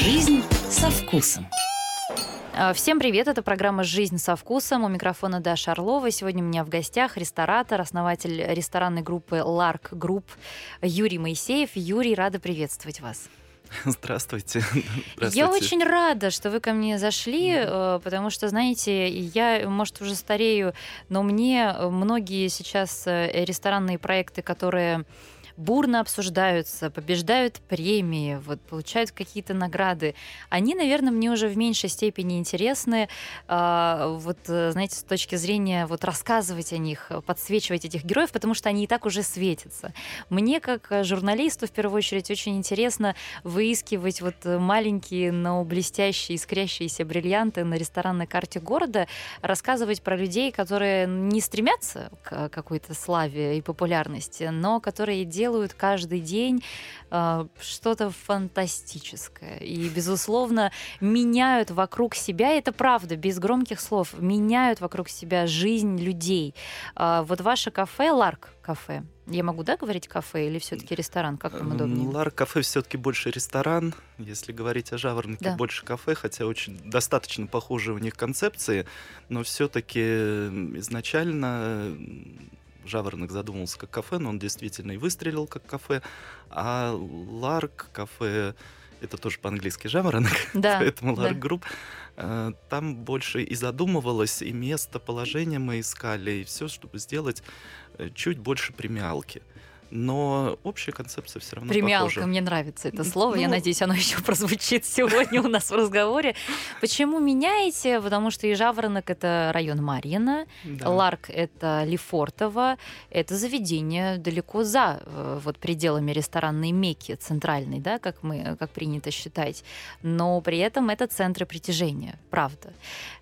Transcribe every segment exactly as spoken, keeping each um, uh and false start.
Жизнь со вкусом. Всем привет, это программа «Жизнь со вкусом». У микрофона Даша Орлова. Сегодня у меня в гостях ресторатор, основатель ресторанной группы Lark Group Юрий Моисеев. Юрий, рада приветствовать вас. Здравствуйте. Здравствуйте. Я очень рада, что вы ко мне зашли, mm-hmm. потому что, знаете, я, может, уже старею, но мне многие сейчас ресторанные проекты, которые бурно обсуждаются, побеждают премии, вот, получают какие-то награды. Они, наверное, мне уже в меньшей степени интересны, э, вот, знаете, с точки зрения вот, рассказывать о них, подсвечивать этих героев, потому что они и так уже светятся. Мне, как журналисту, в первую очередь, очень интересно выискивать вот маленькие, но блестящие, искрящиеся бриллианты на ресторанной карте города, рассказывать про людей, которые не стремятся к какой-то славе и популярности, но которые делают делают каждый день э, что-то фантастическое. И, безусловно, меняют вокруг себя, это правда, без громких слов, меняют вокруг себя жизнь людей. Э, вот ваше кафе, Lark кафе, я могу, да, говорить кафе или все-таки ресторан? Как вам удобнее? Lark кафе все-таки больше ресторан. Если говорить о Жаворонке, да. Больше кафе, хотя очень достаточно похожи у них концепции, но все-таки изначально Жаворонок задумался как кафе, но он действительно и выстрелил как кафе. А Lark кафе — это тоже по-английски Жаворонок, да, поэтому Lark да. Group. Там больше и задумывалось, и местоположение мы искали, и все, чтобы сделать чуть больше премиалки. Но общая концепция все равно Премиалка, похожа. Мне нравится это слово. Ну, Я надеюсь, оно еще прозвучит сегодня у нас в разговоре. Почему меняете? Потому что и Жаворонок — это район Марьино, да. Lark — это Лефортово, это заведение далеко за вот, пределами ресторанной Мекки, центральной, да, как, мы, как принято считать. Но при этом это центры притяжения, правда.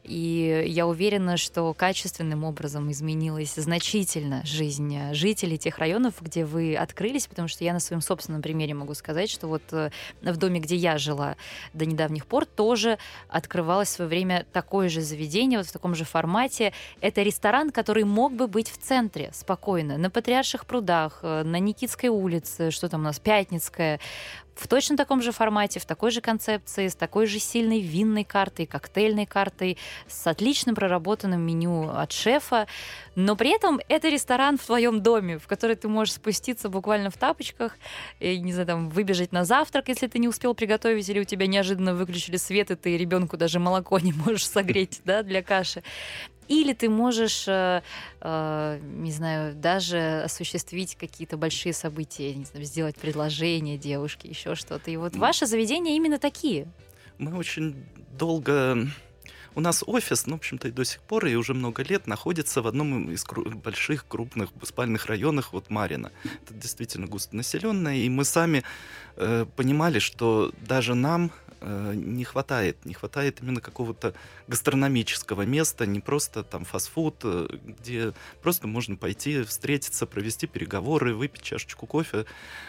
И я уверена, что качественным образом изменилась значительно жизнь жителей тех районов, где вы Вы открылись, потому что я на своем собственном примере могу сказать, что вот в доме, где я жила до недавних пор, тоже открывалось в свое время такое же заведение, вот в таком же формате. Это ресторан, который мог бы быть в центре спокойно, на Патриарших прудах, на Никитской улице, что там у нас, Пятницкая, в точно таком же формате, в такой же концепции, с такой же сильной винной картой, коктейльной картой, с отлично проработанным меню от шефа. Но при этом это ресторан в твоем доме, в который ты можешь спуститься буквально в тапочках, и, не знаю, там, выбежать на завтрак, если ты не успел приготовить, или у тебя неожиданно выключили свет, и ты ребенку даже молоко не можешь согреть, да, для каши. Или ты можешь, э, э, не знаю, даже осуществить какие-то большие события, не знаю, сделать предложение девушке, еще что-то. И вот ваши заведения именно такие. Мы очень долго... У нас офис, ну, в общем-то, и до сих пор, и уже много лет находится в одном из кру- больших, крупных спальных районах вот Марьино. Это действительно густонаселенное, и мы сами э, понимали, что даже нам э, не хватает, не хватает именно какого-то гастрономического места, не просто там фастфуд, э, где просто можно пойти, встретиться, провести переговоры, выпить чашечку кофе.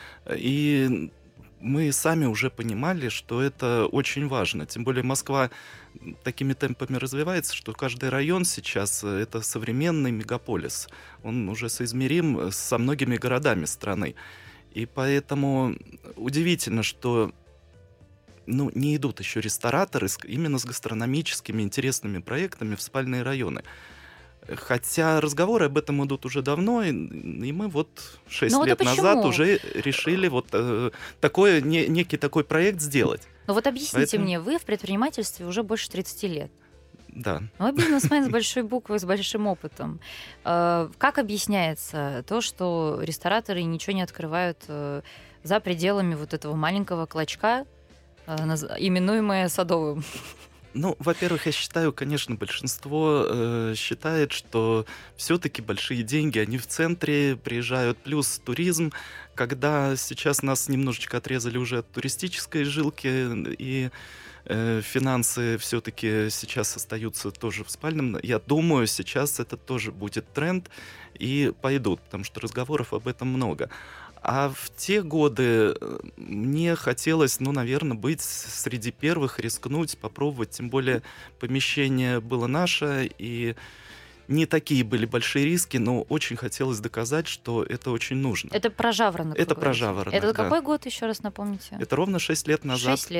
И мы сами уже понимали, что это очень важно. Тем более Москва такими темпами развивается, что каждый район сейчас — это современный мегаполис. Он уже соизмерим со многими городами страны. И поэтому удивительно, что ну, не идут еще рестораторы именно с гастрономическими интересными проектами в спальные районы. Хотя разговоры об этом идут уже давно, и, и мы вот шесть ну, лет вот назад уже решили вот э, такой, не, некий такой проект сделать. Ну вот объясните Поэтому... мне, вы в предпринимательстве уже больше тридцати лет. Да. Вы бизнесмен с большой буквы, с большим опытом. Как объясняется то, что рестораторы ничего не открывают за пределами вот этого маленького клочка, именуемое Садовым? Ну, во-первых, я считаю, конечно, большинство э, считает, что все-таки большие деньги, они в центре приезжают, плюс туризм. Когда сейчас нас немножечко отрезали уже от туристической жилки, и э, финансы все-таки сейчас остаются тоже в спальном, я думаю, сейчас это тоже будет тренд, и пойдут, потому что разговоров об этом много. А в те годы мне хотелось, ну, наверное, быть среди первых, рискнуть, попробовать. Тем более помещение было наше, и не такие были большие риски, но очень хотелось доказать, что это очень нужно. Это про Жаворонок. Это про Жаворонок, Это да. какой год, еще раз напомните? Это ровно шесть лет назад. Шесть лет.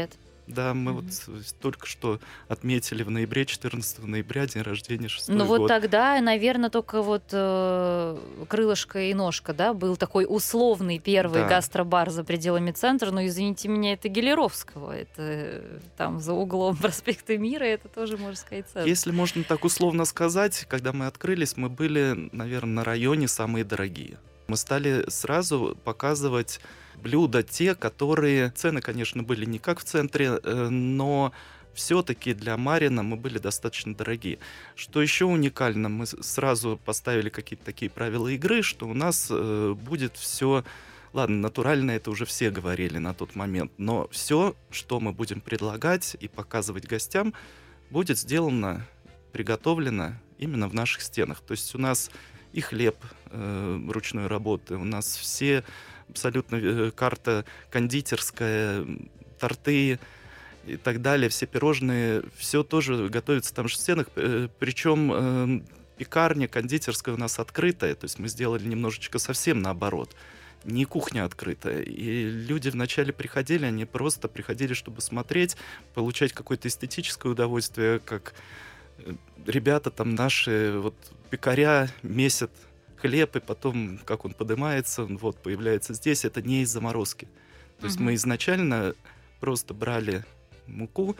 Да, мы Мгм. вот с- только что отметили в ноябре, четырнадцатого ноября, день рождения, шестой Ну вот год. тогда, наверное, только вот э, крылышко и ножка, да, был такой условный первый Да. гастробар за пределами центра. Но извините меня, это Гелеровского, это э, там за углом проспекта Мира, это тоже, можно сказать, центр. Если можно так условно сказать, когда мы открылись, мы были, наверное, на районе самые дорогие. Мы стали сразу показывать блюда те, которые... Цены, конечно, были не как в центре, э, но все-таки для Марина мы были достаточно дорогие. Что еще уникально, мы с- сразу поставили какие-то такие правила игры, что у нас э, будет все... Ладно, натурально это уже все говорили на тот момент, но все, что мы будем предлагать и показывать гостям, будет сделано, приготовлено именно в наших стенах. То есть у нас и хлеб э, ручной работы, у нас все абсолютно э, карта кондитерская, м, торты и так далее, все пирожные, все тоже готовится там же в стенах. Э, причем э, пекарня кондитерская у нас открытая, то есть мы сделали немножечко совсем наоборот. Не кухня открытая. И люди вначале приходили, они просто приходили, чтобы смотреть, получать какое-то эстетическое удовольствие, как э, ребята там наши, вот пекаря месят хлеб, и потом, как он поднимается, он вот появляется здесь, это не из заморозки. То есть Мгм. мы изначально просто брали муку,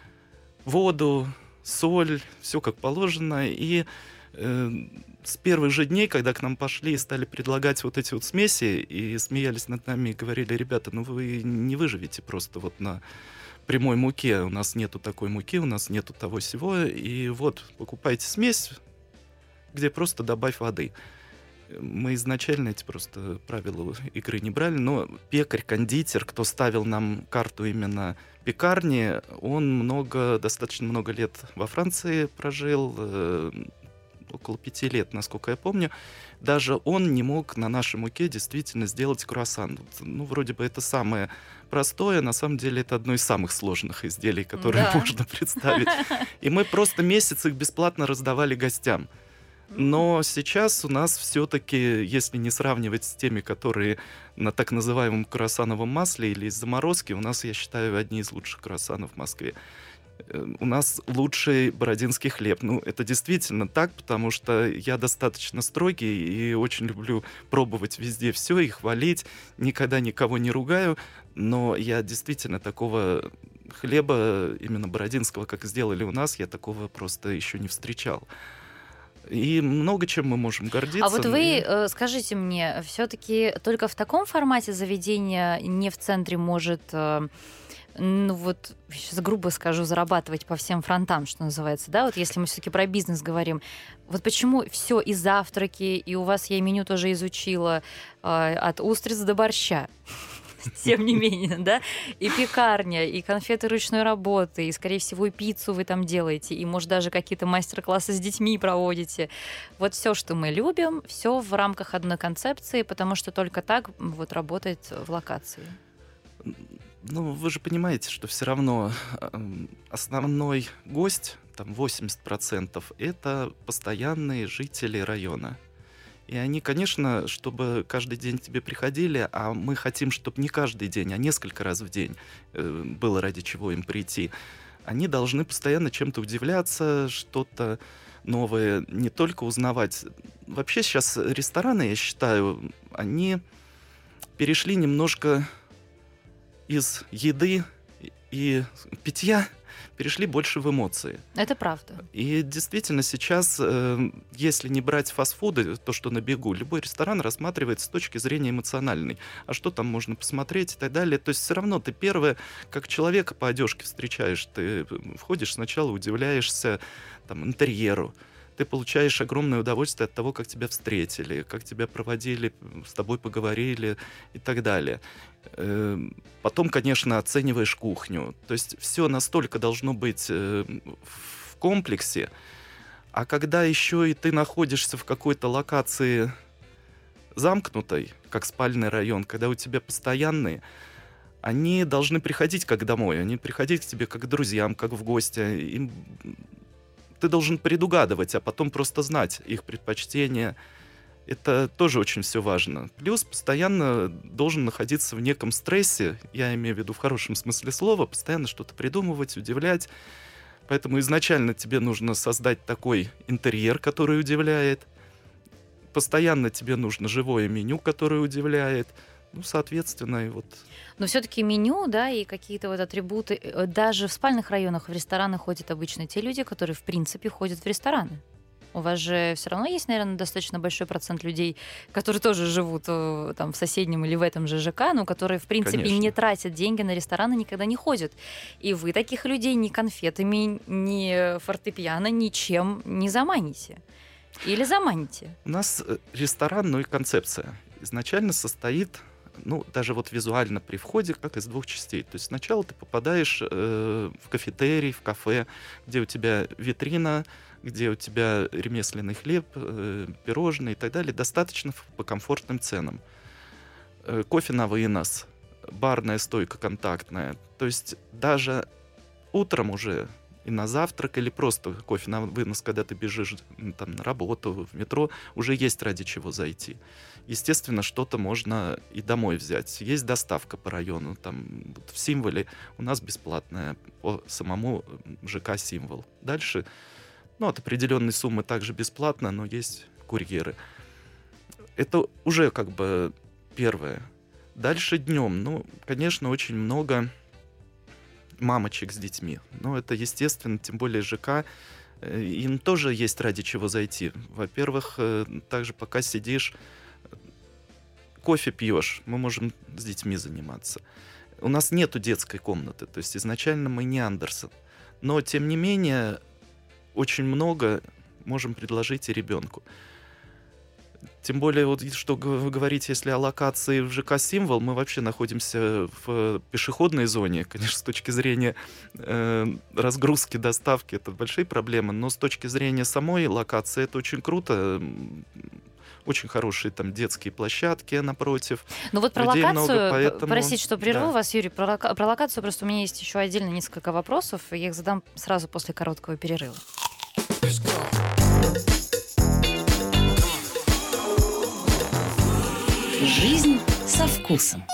воду, соль, все как положено, и э, с первых же дней, когда к нам пошли и стали предлагать вот эти вот смеси, и смеялись над нами, и говорили: ребята, ну вы не выживете просто вот на прямой муке, у нас нету такой муки, у нас нету того всего, и вот, покупайте смесь, где просто добавь воды. Мы изначально эти просто правила игры не брали, но пекарь-кондитер, кто ставил нам карту именно пекарни, он много, достаточно много лет во Франции прожил, э, около пяти лет, насколько я помню. Даже он не мог на нашей муке действительно сделать круассан. Вот, ну, вроде бы это самое простое, на самом деле это одно из самых сложных изделий, которые Да. можно представить. И мы просто месяц их бесплатно раздавали гостям. Но сейчас у нас все-таки, если не сравнивать с теми, которые на так называемом круассановом масле или из заморозки, у нас, я считаю, одни из лучших круассанов в Москве. Э, У нас лучший бородинский хлеб. Ну, это действительно так, потому что я достаточно строгий и очень люблю пробовать везде все и хвалить. Никогда никого не ругаю, но я действительно такого хлеба, именно бородинского, как сделали у нас, я такого просто еще не встречал. И много чем мы можем гордиться. А вот вы и- э, скажите мне, все-таки только в таком формате заведение не в центре может, э, ну вот, сейчас грубо скажу, зарабатывать по всем фронтам, что называется, да? Вот если мы все-таки про бизнес говорим, вот почему все и завтраки, и у вас я меню тоже изучила э, от устриц до борща. Тем не менее, да, и пекарня, и конфеты ручной работы, и, скорее всего, и пиццу вы там делаете, и, может, даже какие-то мастер-классы с детьми проводите. Вот все, что мы любим, все в рамках одной концепции, потому что только так вот работает в локации. Ну, вы же понимаете, что все равно эм, основной гость, там восемьдесят процентов, это постоянные жители района. И они, конечно, чтобы каждый день к тебе приходили, а мы хотим, чтобы не каждый день, а несколько раз в день э, было ради чего им прийти, они должны постоянно чем-то удивляться, что-то новое, не только узнавать. Вообще сейчас рестораны, я считаю, они перешли немножко из еды и питья, перешли больше в эмоции. Это правда. И действительно сейчас, э, если не брать фастфуды, то, что на бегу, любой ресторан рассматривается с точки зрения эмоциональной. А что там можно посмотреть и так далее. То есть все равно ты первое, как человека по одежке встречаешь, ты входишь сначала, удивляешься там, интерьеру. Ты получаешь огромное удовольствие от того, как тебя встретили, как тебя проводили, с тобой поговорили и так далее. Э, Потом, конечно, оцениваешь кухню. То есть все настолько должно быть э, в комплексе. А когда еще и ты находишься в какой-то локации замкнутой, как спальный район, когда у тебя постоянные, они должны приходить как домой, они приходить к тебе как к друзьям, как в гости. Им ты должен предугадывать, а потом просто знать их предпочтения. Это тоже очень все важно. Плюс постоянно должен находиться в неком стрессе, я имею в виду в хорошем смысле слова, постоянно что-то придумывать, удивлять. Поэтому изначально тебе нужно создать такой интерьер, который удивляет. Постоянно тебе нужно живое меню, которое удивляет. Ну, соответственно, и вот... Но все-таки меню, да, и какие-то вот атрибуты, э, даже в спальных районах, в рестораны ходят обычно те люди, которые, в принципе, ходят в рестораны. У вас же все равно есть, наверное, достаточно большой процент людей, которые тоже живут э, там в соседнем или в этом же ЖК, но которые, в принципе, Конечно. не тратят деньги на рестораны, никогда не ходят. И вы таких людей ни конфетами, ни фортепиано, ничем не заманите. Или заманите. У нас э, ресторан, ну и концепция изначально состоит, ну, даже вот визуально при входе, как из двух частей. То есть сначала ты попадаешь э, в кафетерий, в кафе, где у тебя витрина, где у тебя ремесленный хлеб, э, пирожные и так далее, достаточно по комфортным ценам. Э, кофе на вынос, барная стойка контактная. То есть даже утром уже и на завтрак, или просто кофе на вынос, когда ты бежишь там, на работу, в метро, уже есть ради чего зайти. Естественно, что-то можно и домой взять. Есть доставка по району. Там, вот в Символе у нас бесплатная по самому ЖК «Символ». Дальше, ну, от определенной суммы также бесплатно, но есть курьеры. Это уже как бы первое. Дальше днем, ну, конечно, очень много мамочек с детьми. Ну, это естественно, тем более ЖК. Им тоже есть ради чего зайти. Во-первых, также пока сидишь, кофе пьешь, мы можем с детьми заниматься. У нас нету детской комнаты, то есть изначально мы не Андерсон. Но, тем не менее, очень много можем предложить и ребенку. Тем более, вот что вы говорите, если о локации в ЖК «Символ», мы вообще находимся в пешеходной зоне. Конечно, с точки зрения э, разгрузки, доставки это большие проблемы, но с точки зрения самой локации это очень круто. Очень хорошие там детские площадки напротив. Ну вот про Людей локацию, много, поэтому... простите, что прерву Да. вас, Юрий, про, лока- про локацию просто у меня есть еще отдельно несколько вопросов, и я их задам сразу после короткого перерыва. Жизнь со вкусом.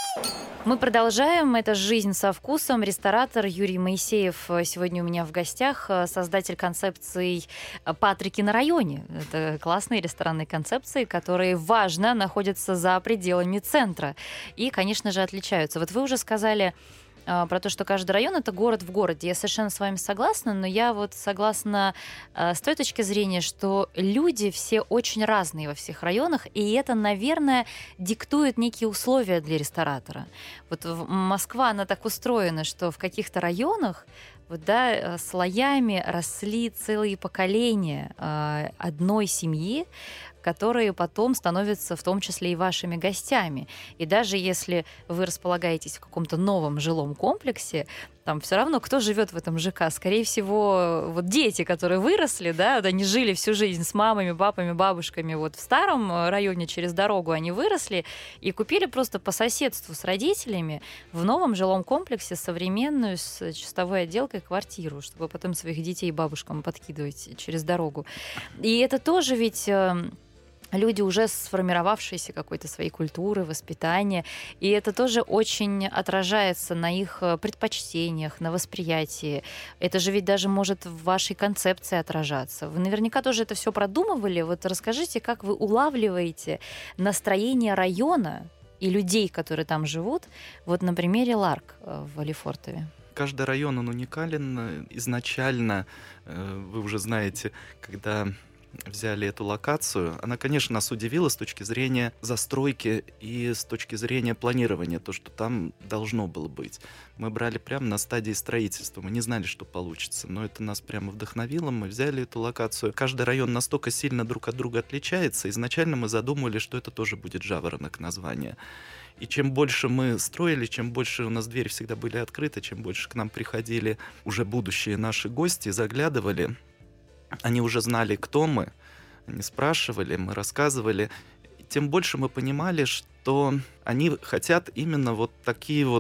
Мы продолжаем. Это «Жизнь со вкусом». Ресторатор Юрий Моисеев сегодня у меня в гостях, создатель концепций «Патрики на районе». Это классные ресторанные концепции, которые, важно, находятся за пределами центра и, конечно же, отличаются. Вот вы уже сказали а, про то, что каждый район — это город в городе. Я совершенно с вами согласна, но я вот согласна а, с той точки зрения, что люди все очень разные во всех районах, и это, наверное, диктует некие условия для ресторатора. Вот в- Москва, она так устроена, что в каких-то районах вот, да, э, слоями росли целые поколения а, одной семьи, которые потом становятся в том числе и вашими гостями. И даже если вы располагаетесь в каком-то новом жилом комплексе, там все равно кто живет в этом ЖК? Скорее всего, вот дети, которые выросли, да, вот они жили всю жизнь с мамами, папами, бабушками вот в старом районе через дорогу, они выросли и купили просто по соседству с родителями в новом жилом комплексе современную с чистовой отделкой квартиру, чтобы потом своих детей бабушкам подкидывать через дорогу. И это тоже ведь э, люди уже сформировавшиеся какой-то своей культуры, воспитания, и это тоже очень отражается на их э, предпочтениях, на восприятии. Это же ведь даже может в вашей концепции отражаться. Вы наверняка тоже это все продумывали. Вот расскажите, как вы улавливаете настроение района и людей, которые там живут, вот на примере Ларк э, в Алефортове. Каждый район, он уникален. Изначально, э, вы уже знаете, когда взяли эту локацию, она, конечно, нас удивила с точки зрения застройки и с точки зрения планирования, то, что там должно было быть. Мы брали прямо на стадии строительства, мы не знали, что получится, но это нас прямо вдохновило, мы взяли эту локацию. Каждый район настолько сильно друг от друга отличается, изначально мы задумывали, что это тоже будет «Жаворонок» название. И чем больше мы строили, чем больше у нас двери всегда были открыты, чем больше к нам приходили уже будущие наши гости, заглядывали, они уже знали, кто мы, они спрашивали, мы рассказывали, тем больше мы понимали, что они хотят именно вот такие вот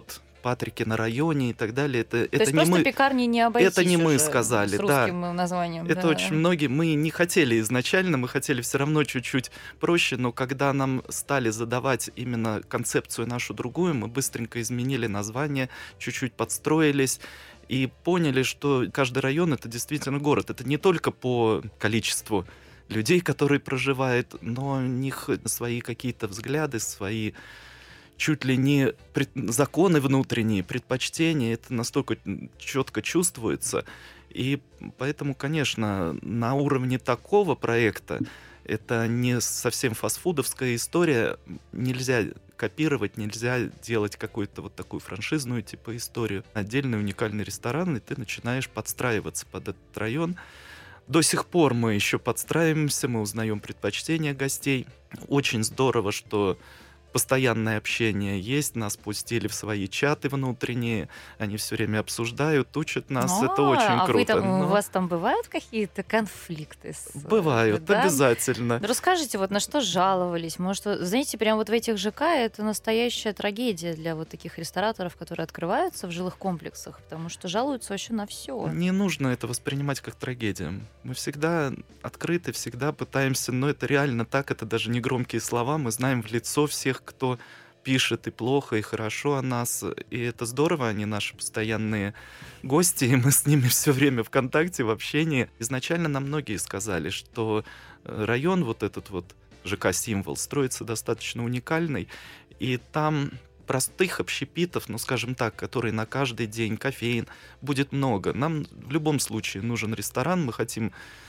Патрики на районе и так далее. Это, То это есть не просто мы, пекарни не обойтись это не мы уже сказали, с да. русским названием. Это да. очень многие, мы не хотели изначально, мы хотели все равно чуть-чуть проще, но когда нам стали задавать именно концепцию нашу другую, мы быстренько изменили название, чуть-чуть подстроились и поняли, что каждый район — это действительно город. Это не только по количеству людей, которые проживают, но у них свои какие-то взгляды, свои чуть ли не пред... законы внутренние, предпочтения. Это настолько четко чувствуется. И поэтому, конечно, на уровне такого проекта, это не совсем фастфудовская история, нельзя копировать, нельзя делать какую-то вот такую франшизную типа историю. Отдельный уникальный ресторан, и ты начинаешь подстраиваться под этот район. До сих пор мы еще подстраиваемся, мы узнаем предпочтения гостей. Очень здорово, что постоянное общение есть, нас пустили в свои чаты внутренние, они все время обсуждают, учат нас, А, это очень а круто. вы там, Но у вас там бывают какие-то конфликты? С, бывают, да? обязательно. Ну, расскажите, вот на что жаловались? Может, вот, знаете, прямо вот в этих ЖК это настоящая трагедия для вот таких рестораторов, которые открываются в жилых комплексах, потому что жалуются вообще на все. Не нужно это воспринимать как трагедию. Мы всегда открыты, всегда пытаемся, но это реально так, это даже не громкие слова, мы знаем в лицо всех, кто пишет и плохо, и хорошо о нас, и это здорово, они наши постоянные гости, и мы с ними все время в контакте, в общении. Изначально нам многие сказали, что район вот этот вот ЖК «Символ» строится достаточно уникальный, и там простых общепитов, ну, скажем так, которые на каждый день, кофеин, будет много. Нам в любом случае нужен ресторан, мы хотим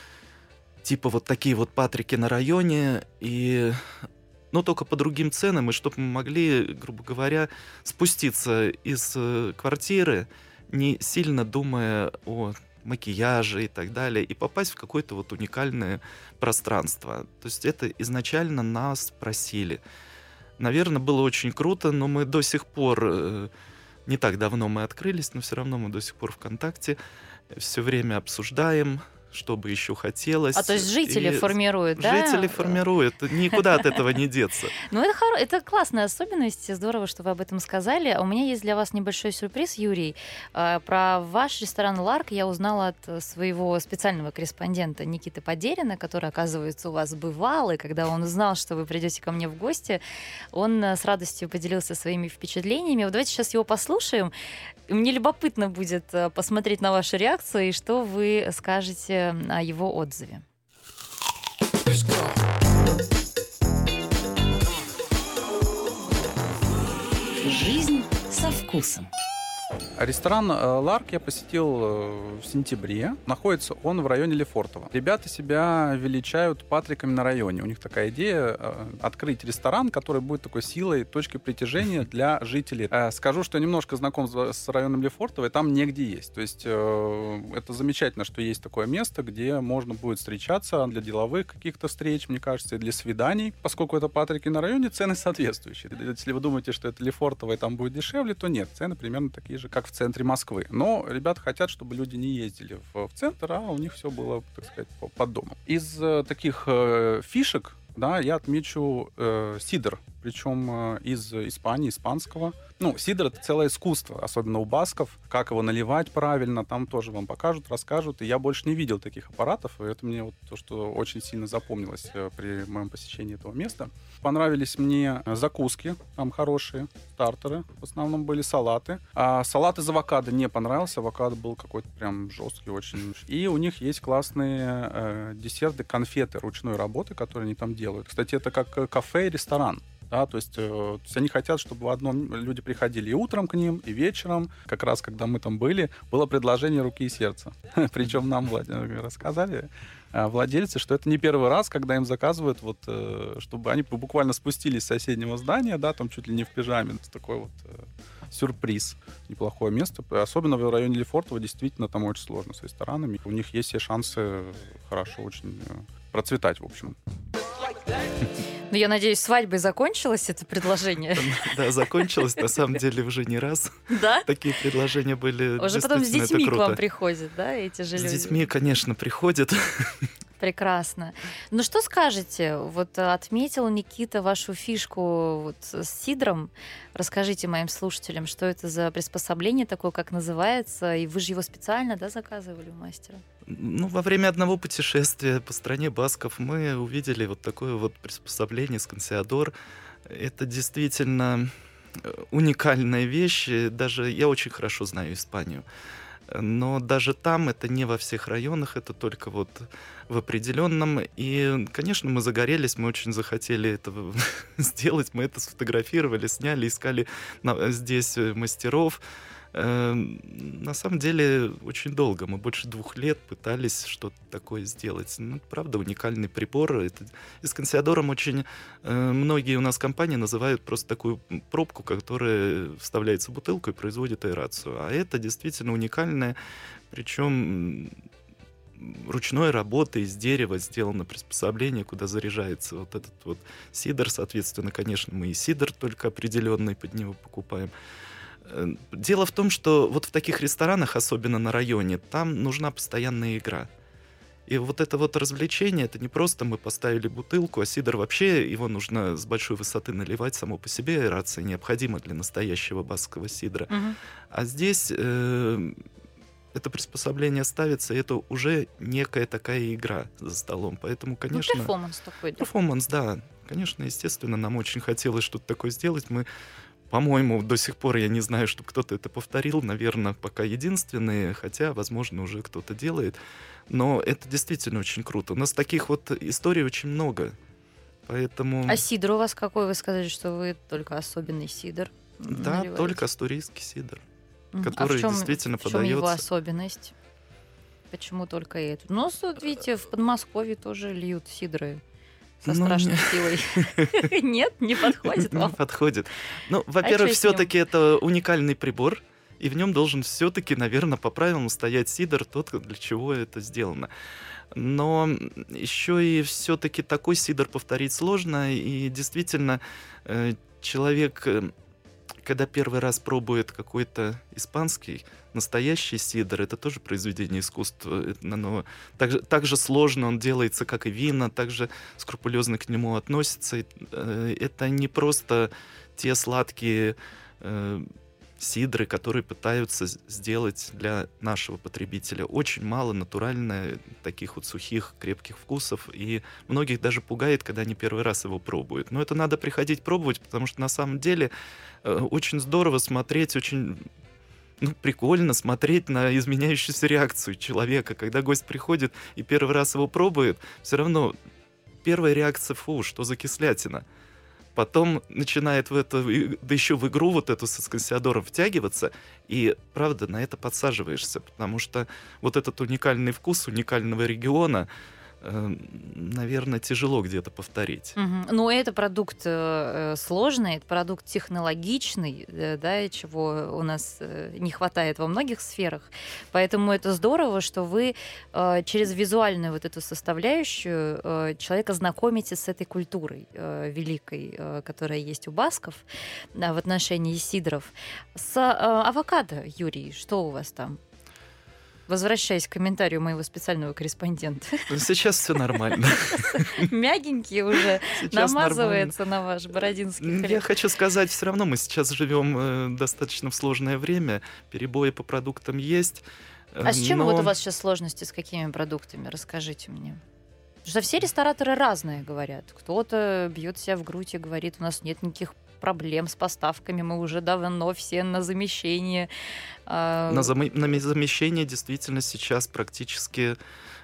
типа вот такие вот Патрики на районе, и но только по другим ценам, и чтобы мы могли, грубо говоря, спуститься из э, квартиры, не сильно думая о макияже и так далее, и попасть в какое-то вот уникальное пространство. То есть это изначально нас просили. Наверное, было очень круто, но мы до сих пор, э, не так давно мы открылись, но все равно мы до сих пор ВКонтакте все время обсуждаем, что бы еще хотелось. А то есть жители и формируют, да? Жители формируют, никуда от этого не деться. Ну, это, хоро... это классная особенность, здорово, что вы об этом сказали. А у меня есть для вас небольшой сюрприз, Юрий. Про ваш ресторан «Ларк» я узнала от своего специального корреспондента Никиты Подерина, который, оказывается, у вас бывал, и когда он узнал, что вы придете ко мне в гости, он с радостью поделился своими впечатлениями. Вот давайте сейчас его послушаем. Мне любопытно будет посмотреть на вашу реакцию и что вы скажете о его отзыве. Жизнь со вкусом. Ресторан «Ларк» я посетил в сентябре. Находится он в районе Лефортово. Ребята себя величают Патриками на районе. У них такая идея — открыть ресторан, который будет такой силой, точкой притяжения для жителей. Скажу, что я немножко знаком с районом Лефортово, и там негде есть. То есть это замечательно, что есть такое место, где можно будет встречаться для деловых каких-то встреч, мне кажется, и для свиданий. Поскольку это Патрики на районе, цены соответствующие. Если вы думаете, что это Лефортово и там будет дешевле, то нет, цены примерно такие же, как в центре Москвы. Но ребята хотят, чтобы люди не ездили в, в центр, а у них все было, так сказать, под домом. Из э, таких э, фишек, да, я отмечу э, сидр, причем э, из Испании, испанского. Ну, сидр — это целое искусство, особенно у басков. Как его наливать правильно, там тоже вам покажут, расскажут. И я больше не видел таких аппаратов, и это мне вот то, что очень сильно запомнилось э, при моем посещении этого места. Понравились мне закуски, там хорошие, стартеры, в основном были салаты. А салат из авокадо не понравился, авокадо был какой-то прям жесткий очень. И у них есть классные э, десерты, конфеты ручной работы, которые они там делают. Кстати, это как кафе и ресторан. Да, то есть, э, то есть они хотят, чтобы в одном люди приходили и утром к ним, и вечером. Как раз, когда мы там были, было предложение руки и сердца. Причем нам рассказали владельцы, что это не первый раз, когда им заказывают, вот, э, чтобы они буквально спустились с соседнего здания, да, там чуть ли не в пижаме. Такой вот э, сюрприз. Неплохое место. Особенно в районе Лефортово действительно там очень сложно с ресторанами. У них есть все шансы хорошо очень э, процветать, в общем. Ну, я надеюсь, свадьбой закончилось это предложение. Да, закончилось, на самом деле, уже не раз. Да? Такие предложения были. Уже потом с детьми к вам приходят, да, эти же люди? С детьми, конечно, приходят. Прекрасно. Ну что скажете? Вот отметил Никита вашу фишку вот с сидром. Расскажите моим слушателям, что это за приспособление такое, как называется, и вы же его специально, да, заказывали у мастера? Ну, во время одного путешествия по стране басков мы увидели вот такое вот приспособление Скансиадор. Это действительно уникальная вещь. Даже я очень хорошо знаю Испанию. Но даже там это не во всех районах, это только вот в определенном. И, конечно, мы загорелись, мы очень захотели это сделать. Мы это сфотографировали, сняли, искали здесь мастеров. На самом деле очень долго, мы больше двух лет пытались что-то такое сделать. Ну, правда, уникальный прибор. Это... И с Скансиадором очень многие у нас компании называют просто такую пробку, которая вставляется в бутылку и производит аэрацию. А это действительно уникальное, причем ручной работы из дерева сделано приспособление, куда заряжается вот этот вот сидр. Соответственно, конечно, мы и сидр только определенный под него покупаем. Дело в том, что вот в таких ресторанах, особенно на районе, там нужна постоянная игра. И вот это вот развлечение, это не просто мы поставили бутылку, а сидр вообще, его нужно с большой высоты наливать, само по себе аэрация необходима для настоящего баскского сидра. Угу. А здесь э, это приспособление ставится, и это уже некая такая игра за столом. Поэтому, конечно... Ну, перформанс такой. Да? Перформанс, да. Конечно, естественно, нам очень хотелось что-то такое сделать. Мы... По-моему, до сих пор я не знаю, чтобы кто-то это повторил. Наверное, пока единственные, хотя, возможно, уже кто-то делает. Но это действительно очень круто. У нас таких вот историй очень много. Поэтому... А сидр у вас какой? Вы сказали, что вы только особенный сидр Да, наливаете. только астурийский сидр, Mm. который а в чем, действительно в чем подается... его особенность? Почему только эту? Ну, вот видите, в Подмосковье тоже льют сидры. Со Ну, страшной не- силой. Нет, не подходит Не вам. подходит. Ну, во-первых, чё с ним? все-таки это уникальный прибор, и в нем должен все-таки, наверное, по правилам стоять сидр, тот, для чего это сделано. Но еще и все-таки такой сидр повторить сложно, и действительно э, человек, э, когда первый раз пробует какой-то испанский настоящий сидр, это тоже произведение искусства. Это, оно так, же- так же сложно он делается, как и вина, так же скрупулезно к нему относится. И, э, Это не просто те сладкие э, сидры, которые пытаются с- сделать для нашего потребителя. Очень мало натурально таких вот сухих, крепких вкусов, и многих даже пугает, когда они первый раз его пробуют. Но это надо приходить пробовать, потому что на самом деле э, очень здорово смотреть, очень ну, прикольно смотреть на изменяющуюся реакцию человека. Когда гость приходит и первый раз его пробует, все равно первая реакция: фу, что за кислятина. Потом начинает в это, и- да еще в игру вот эту со Скансиадором втягиваться, и, правда, на это подсаживаешься, потому что вот этот уникальный вкус уникального региона, э, наверное, тяжело где-то повторить. Мгм. Ну, это продукт э, э, сложный, это продукт технологичный, э, да, и чего у нас э, не хватает во многих сферах. Поэтому это здорово, что вы э, через визуальную вот эту составляющую э, человека знакомите с этой культурой э, великой, э, которая есть у басков, да, в отношении сидров. С э, авокадо, Юрий, что у вас там? Возвращаясь к комментарию моего специального корреспондента. Сейчас все нормально. Мягенький уже Сейчас нормально. намазывается на ваш бородинский М, Я хлеб. хочу сказать, все равно мы сейчас живем э, достаточно в сложное время, перебои по продуктам есть. э, А с чем но- вот у вас сейчас сложности, с какими продуктами? Расскажите мне. Потому что все рестораторы разные говорят. Кто-то бьет себя в грудь и говорит, у нас нет никаких проблем с поставками, мы уже давно все на замещении. А, На, заме- на ме- замещение действительно сейчас практически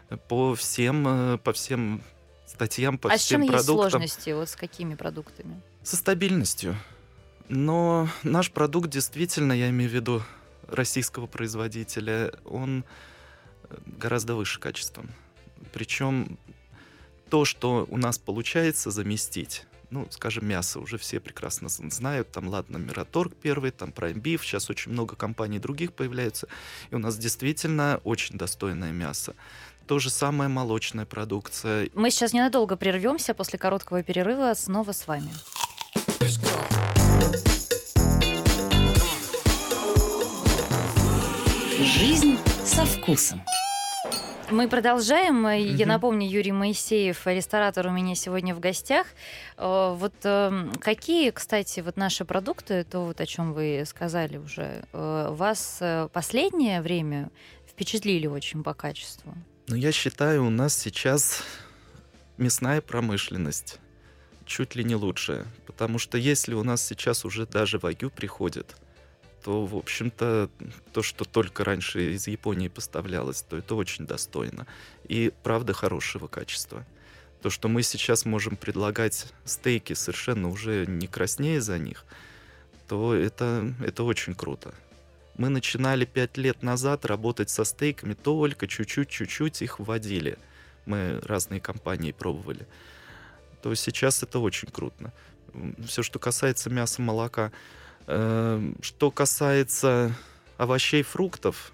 по всем, э, по всем статьям, по а с чем всем есть продуктам. сложности? Вот с какими продуктами? Со стабильностью. Но наш продукт действительно, я имею в виду российского производителя, он э, гораздо выше качеством. Причем то, что у нас получается заместить, ну, скажем, мясо, уже все прекрасно з- знают, там, ладно, Мираторг первый, там, Prime Beef, сейчас очень много компаний других появляются, и у нас действительно очень достойное мясо. То же самое молочная продукция. Мы сейчас ненадолго прервемся, после короткого перерыва снова с вами. Жизнь со вкусом. Мы продолжаем. Я Мгм. напомню, Юрий Моисеев, ресторатор, у меня сегодня в гостях. Э, Вот э, какие, кстати, вот наши продукты, то вот о чем вы сказали уже, э, вас э, последнее время впечатлили очень по качеству? Но я считаю, у нас сейчас мясная промышленность чуть ли не лучшая. Потому что если у нас сейчас уже даже вагю приходит, то, в общем-то, то, что только раньше из Японии поставлялось, то это очень достойно. И, правда, хорошего качества. То, что мы сейчас можем предлагать стейки совершенно уже не краснее за них, то это, это очень круто. Мы начинали пять лет назад работать со стейками, только чуть-чуть, чуть-чуть их вводили. Мы разные компании пробовали. То сейчас это очень круто. Все, что касается мяса, молока. Э, Что касается овощей, фруктов,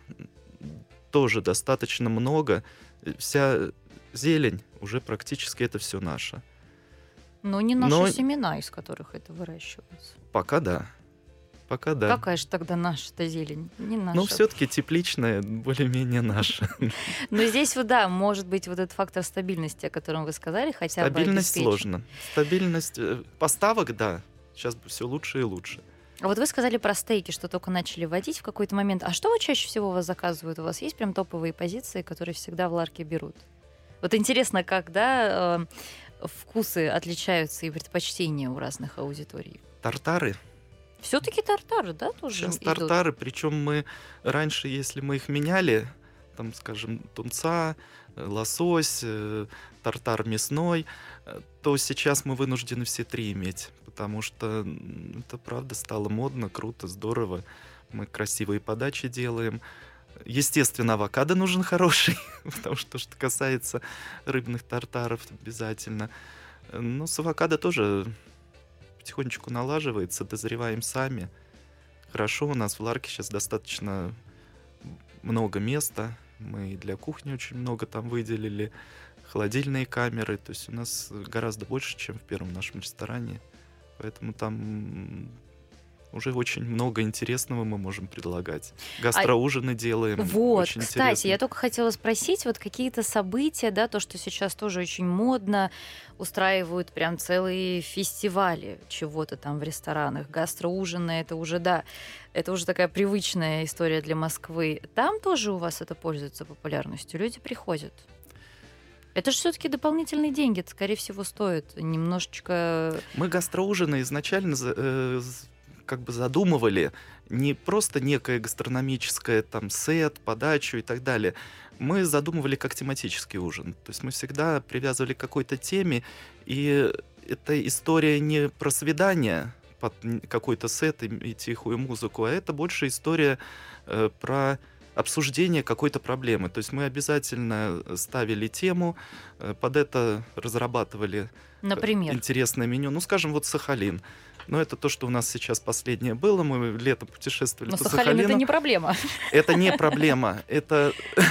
тоже достаточно много. Вся зелень уже практически это все наше. Но не наши Но- семена, из которых это выращивается. Пока да. Пока да. Какая же тогда наша-то зелень? Не наша. Но все-таки тепличная более-менее наша. Но здесь, вот, да, может быть, вот этот фактор стабильности, о котором вы сказали, хотя бы Стабильность обеспечен. сложно. Стабильность э, поставок, да. Сейчас все лучше и лучше. А вот вы сказали про стейки, что только начали вводить в какой-то момент. А что вот чаще всего у вас заказывают? У вас есть прям топовые позиции, которые всегда в ларке берут? Вот интересно, как, да, э, вкусы отличаются и предпочтения у разных аудиторий. Тартары. Все-таки тартары, да, тоже Сейчас идут? тартары, причем мы раньше, если мы их меняли, там, скажем, тунца, э, лосось, э, тартар мясной, э, то сейчас мы вынуждены все три иметь, потому что м, это правда стало модно, круто, здорово. Мы красивые подачи делаем. Естественно, авокадо нужен хороший, потому что, что касается рыбных тартаров, обязательно. Э, Но с авокадо тоже потихонечку налаживается, дозреваем сами. Хорошо, у нас в ларке сейчас достаточно много места. Мы и для кухни очень много там выделили. Холодильные камеры. То есть у нас гораздо больше, чем в первом нашем ресторане. Поэтому там уже очень много интересного мы можем предлагать. Гастроужины делаем. Вот, очень кстати, интересно. я только хотела спросить, вот какие-то события, да, то, что сейчас тоже очень модно, устраивают прям целые фестивали чего-то там в ресторанах, гастроужины, это уже, да, это уже такая привычная история для Москвы. Там тоже у вас это пользуется популярностью, люди приходят. Это же все-таки дополнительные деньги, это, скорее всего, стоит немножечко... Мы гастроужины изначально за- э, з- как бы задумывали не просто некое гастрономическое там сет, подачу и так далее. Мы задумывали как тематический ужин. То есть мы всегда привязывали к какой-то теме, и эта история не про свидание под н- какой-то сет и, и тихую музыку, а это больше история э, про обсуждение какой-то проблемы. То есть мы обязательно ставили тему, э, под это разрабатывали Например. интересное меню. Ну, скажем, вот Сахалин. Но это то, что у нас сейчас последнее было. Мы летом путешествовали Но по Сахалин Сахалину. это не проблема. Это не проблема. Это,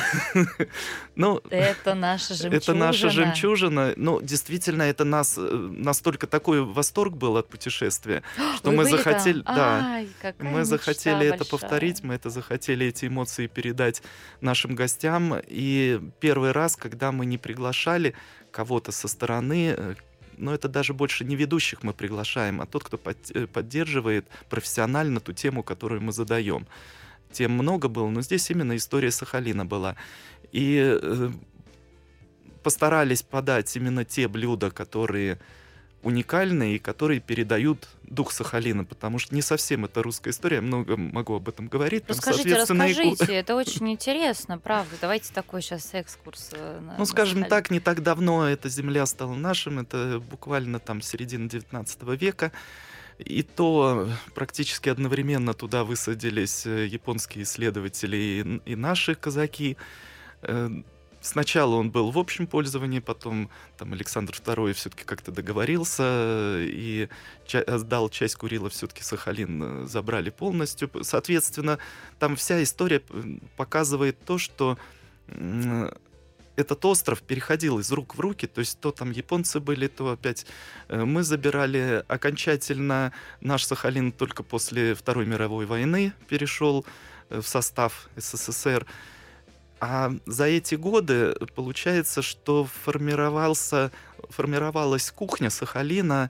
ну, Это наша жемчужина. это наша жемчужина. Ну, действительно, это нас э, настолько такой восторг был от путешествия, что Вы мы были захотели, там? да, Ай, какая мы мечта захотели это большая. повторить, мы это захотели эти эмоции передать нашим гостям. И первый раз, когда мы не приглашали кого-то со стороны, э, но это даже больше не ведущих мы приглашаем, а тот, кто под- э, поддерживает профессионально ту тему, которую мы задаем. Тем много было, но здесь именно история Сахалина была. И э, постарались подать именно те блюда, которые уникальные и которые передают дух Сахалина, потому что не совсем это русская история, я много могу об этом говорить. Там, Расскажите, соответственно, и ку- расскажите, это очень интересно, правда. Давайте такой сейчас экскурс. э, на- Ну, на скажем Сахалин. так, не так давно эта земля стала нашим, это буквально там середина девятнадцатого века. И то практически одновременно туда высадились э, японские исследователи и, и наши казаки. Э, Сначала он был в общем пользовании, потом там Александр второй все-таки как-то договорился э, и ча- сдал часть Курила, все-таки Сахалин э, забрали полностью. Соответственно, там вся история п- показывает то, что м, этот остров переходил из рук в руки, то есть то там японцы были, то опять э, мы забирали. Окончательно наш Сахалин только после Второй мировой войны перешел э, в состав СССР. А за эти годы получается, что формировался, формировалась кухня Сахалина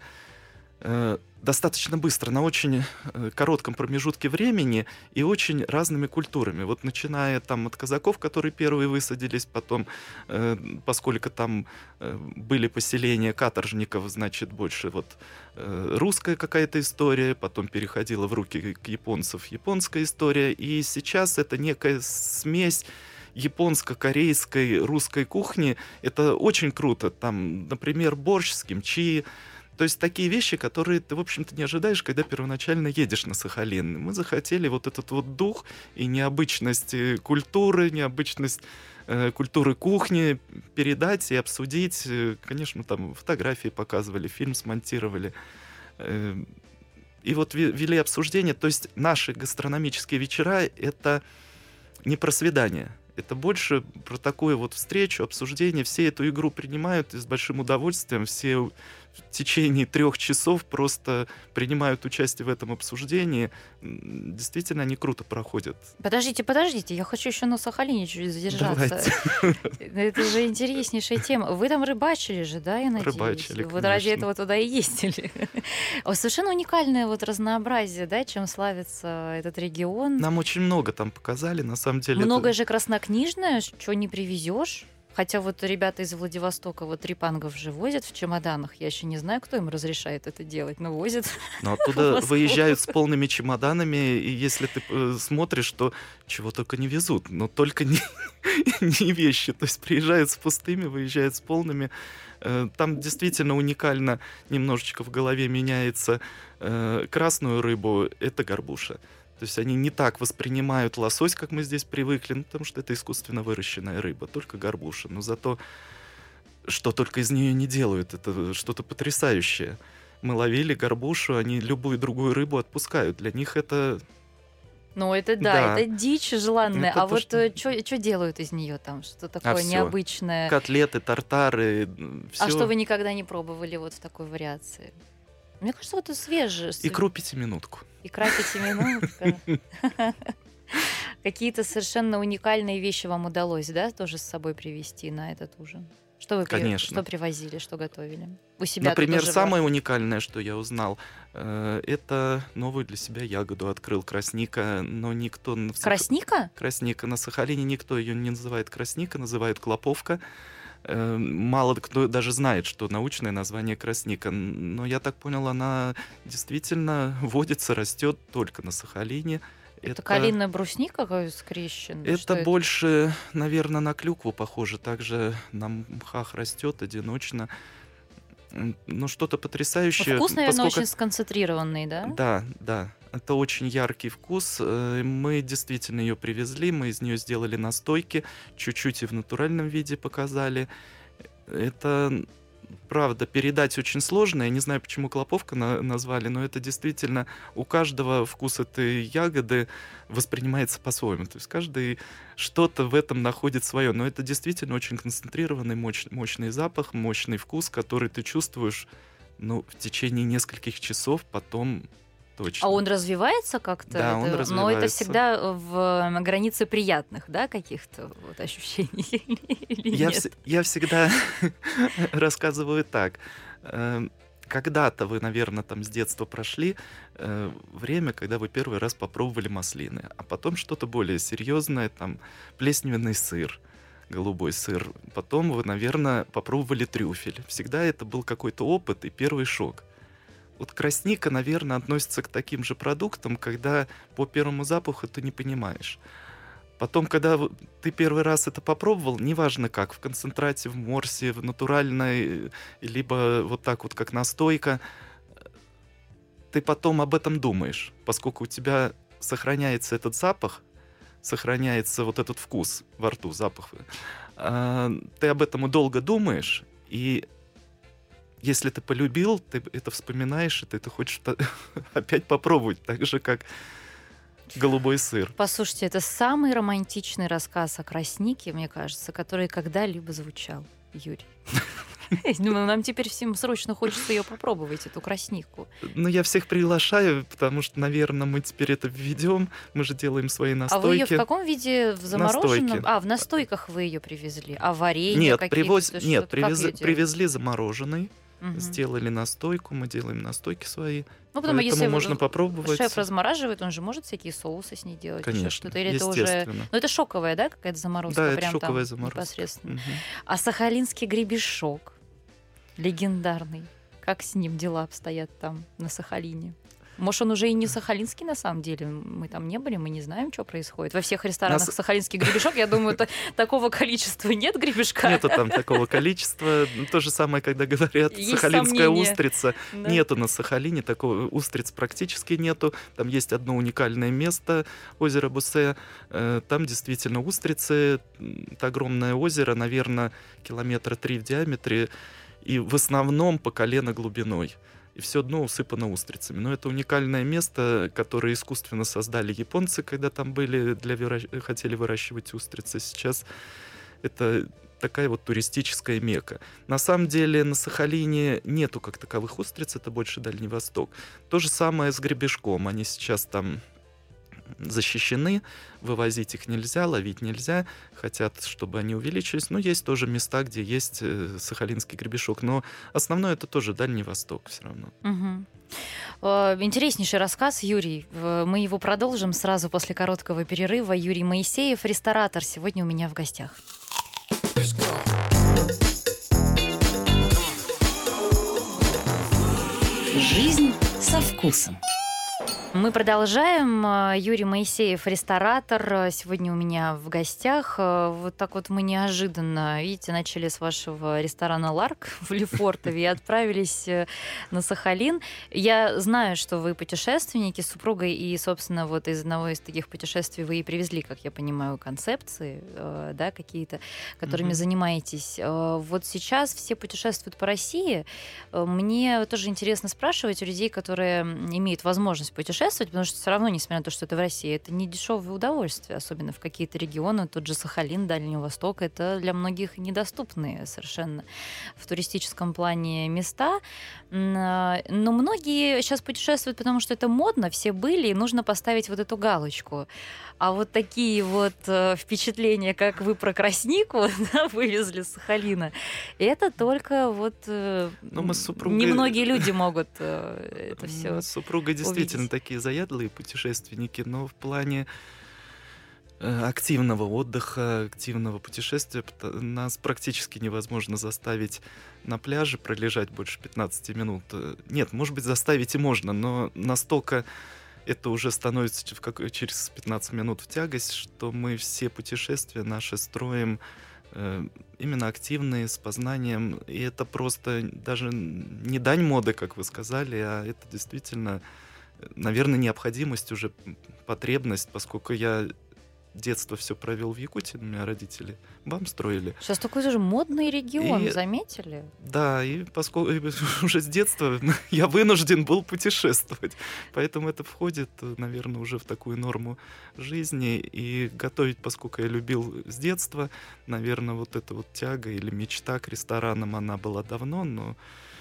э, достаточно быстро, на очень э, коротком промежутке времени и очень разными культурами. Вот начиная там от казаков, которые первые высадились, потом, э, поскольку там э, были поселения каторжников, значит, больше вот э, русская какая-то история, потом переходила в руки к японцев японская история, и сейчас это некая смесь японско-корейской, русской кухни. Это очень круто. Там, например, борщ с кимчи. То есть такие вещи, которые ты, в общем-то, не ожидаешь, когда первоначально едешь на Сахалин. Мы захотели вот этот вот дух и необычность э, культуры, необычность э, культуры кухни передать и обсудить. Э, Конечно, там фотографии показывали, фильм смонтировали. Э, И вот ве- вели обсуждение. То есть наши гастрономические вечера — это не про свидание. Это больше про такую вот встречу, обсуждение. Все эту игру принимают и с большим удовольствием. Все в течение трех часов просто принимают участие в этом обсуждении. М, Действительно, они круто проходят. Подождите, подождите, я хочу еще на Сахалине чуть задержаться. Давайте. Это же интереснейшая тема. Вы там рыбачили же, да, я надеюсь? Рыбачили, Вот ради конечно. этого туда и ездили. О, Совершенно уникальное вот разнообразие, да, чем славится этот регион. Нам очень много там показали, на самом деле. это- Многое же краснокнижное, что не привезешь. Хотя вот ребята из Владивостока вот трепангов же возят в чемоданах. Я еще не знаю, кто им разрешает это делать, но возят. Но оттуда Москву. выезжают с полными чемоданами, и если ты э, смотришь, то чего только не везут, но только не, не вещи. То есть приезжают с пустыми, выезжают с полными. Э, Там действительно уникально немножечко в голове меняется. э, Красную рыбу — это горбуша. То есть они не так воспринимают лосось, как мы здесь привыкли, ну, потому что это искусственно выращенная рыба, только горбуша. Но зато что только из нее не делают, это что-то потрясающее. Мы ловили горбушу, они любую другую рыбу отпускают. Для них это Ну, это да, Да. это дичь желанная. Это а то, вот что- что делают из нее там? Что такое всё. необычное? котлеты, тартары, все. А что вы никогда не пробовали вот в такой вариации? Мне кажется, вот это свежее. Икру пятиминутку. Икра пятиминутка. Какие-то совершенно уникальные вещи вам удалось, да, тоже с собой привезти на этот ужин? Что вы при- Конечно. что привозили, что готовили? У себя тут Например, тоже в- самое уникальное, что я узнал, э, это новую для себя ягоду открыл красника, но никто... на- в Сах- Красника? Красника. На Сахалине никто ее не называет красника, называют клоповка. Э, Мало кто даже знает, что научное название красника. Н- Но я так понял, она действительно водится, растет только на Сахалине. Это калийная брусника какой скрещен? Это больше, наверное, на клюкву похоже. Также на мхах растет одиночно. М, Ну, что-то потрясающее. Вкус, наверное, поскольку- очень сконцентрированный, да? Да, да. Это очень яркий вкус. Э, Мы действительно ее привезли, мы из нее сделали настойки, чуть-чуть и в натуральном виде показали. Это, правда, передать очень сложно. Я не знаю, почему клоповка на- назвали, но это действительно у каждого вкус этой ягоды воспринимается по-своему. То есть каждый что-то в этом находит свое. Но это действительно очень концентрированный, моч- мощный запах, мощный вкус, который ты чувствуешь, ну, в течение нескольких часов, потом точно. А он развивается как-то? Да, он Это- Но это развивается. всегда в м, границе приятных, да, каких-то вот ощущений? Или Я, нет? вс- я всегда рассказываю так. Эм, Когда-то вы, наверное, там с детства прошли э, время, когда вы первый раз попробовали маслины, а потом что-то более серьезное, там плесневенный сыр, голубой сыр. Потом вы, наверное, попробовали трюфель. Всегда это был какой-то опыт и первый шок. Вот красника, наверное, относится к таким же продуктам, когда по первому запаху ты не понимаешь. Потом, когда в- ты первый раз это попробовал, неважно как, в концентрате, в морсе, в натуральной, либо вот так вот, как настойка, ты потом об этом думаешь, поскольку у тебя сохраняется этот запах, сохраняется вот этот вкус во рту, запах. А, Ты об этом долго думаешь, и если ты полюбил, ты это вспоминаешь, и ты это хочешь та- опять попробовать, так же, как голубой сыр. Послушайте, это самый романтичный рассказ о краснике, мне кажется, который когда-либо звучал, Юрий. Ну, нам теперь всем срочно хочется ее попробовать, эту краснику. Ну, я всех приглашаю, потому что, наверное, мы теперь это введем. Мы же делаем свои настойки. А вы ее в каком виде? В замороженном? Настойки. А, в настойках вы ее привезли. А варенье Нет, какие-то? привоз... Что- Нет как привез... её делать? привезли замороженный, Мгм. сделали настойку, мы делаем настойки свои. Ну, потому Поэтому если можно в- попробовать. шеф размораживает, он же может всякие соусы с ней делать, еще Конечно, что-то. Или это уже... естественно. Ну, это шоковая, да, какая-то заморозка? Да, это прям шоковая там заморозка. непосредственно. Мгм. А сахалинский гребешок легендарный. Как с ним дела обстоят там, на Сахалине? Может, он уже и не сахалинский на самом деле? Мы там не были, мы не знаем, что происходит. Во всех ресторанах Нас- сахалинский гребешок, я думаю, та- такого количества нет гребешка. Нету там такого количества. Ну, То же самое, когда говорят Есть сахалинская сомнения. устрица. Да. Нету на Сахалине такого, устриц практически нету. Там есть одно уникальное место, озеро Бусе. Э, Там действительно устрицы. М, Это огромное озеро, наверное, километра три в диаметре. И в основном по колено глубиной. И все дно усыпано устрицами. Но это уникальное место, которое искусственно создали японцы, когда там были, для выра- хотели выращивать устрицы. Сейчас это такая вот туристическая мека. На самом деле на Сахалине нету как таковых устриц, это больше Дальний Восток. То же самое с гребешком. Они сейчас там защищены, вывозить их нельзя, ловить нельзя, хотят, чтобы они увеличились. Но есть тоже места, где есть э, сахалинский гребешок. Но основное это тоже Дальний Восток все равно. Мгм. Э, Интереснейший рассказ, Юрий. Э, Мы его продолжим сразу после короткого перерыва. Юрий Моисеев, ресторатор, сегодня у меня в гостях. Жизнь со вкусом. Мы продолжаем. Э, Юрий Моисеев, ресторатор, э, сегодня у меня в гостях. Э, Вот так вот мы неожиданно, видите, начали с вашего ресторана «Ларк» в Лефортове и отправились э, на Сахалин. Я знаю, что вы путешественники с супругой, и, собственно, вот из одного из таких путешествий вы и привезли, как я понимаю, концепции, э, да, какие-то, которыми Мгм. занимаетесь. Э, Вот сейчас все путешествуют по России. Э, Мне тоже интересно спрашивать у людей, которые м, имеют возможность путешествовать, потому что все равно, несмотря на то, что это в России, это не дешевое удовольствие, особенно в какие-то регионы, тот же Сахалин, Дальний Восток, это для многих недоступные совершенно в туристическом плане места. М, а, Но многие сейчас путешествуют, потому что это модно, все были, и нужно поставить вот эту галочку. А вот такие вот э, впечатления, как вы про Краснику да, вывезли с Сахалина, это только вот э, Ну, мы с супругой- немногие люди могут э, это все. Мы с супругой действительно увидеть. такие заядлые путешественники, но в плане э, активного отдыха, активного путешествия пта- нас практически невозможно заставить на пляже пролежать больше пятнадцати минут. Э, Нет, может быть, заставить и можно, но настолько это уже становится ч- в как- через пятнадцать минут в тягость, что мы все путешествия наши строим э, именно активные, с познанием. И это просто даже не дань моды, как вы сказали, а это действительно, э, наверное, необходимость уже, м, потребность, поскольку я детство все провел в Якутии, у меня родители БАМ строили. Сейчас такой же модный регион, И- заметили? Да, и поскольку уже с детства я вынужден был путешествовать, поэтому это входит, наверное, уже в такую норму жизни. И готовить, поскольку я любил с детства, наверное, вот эта вот тяга или мечта к ресторанам, она была давно, но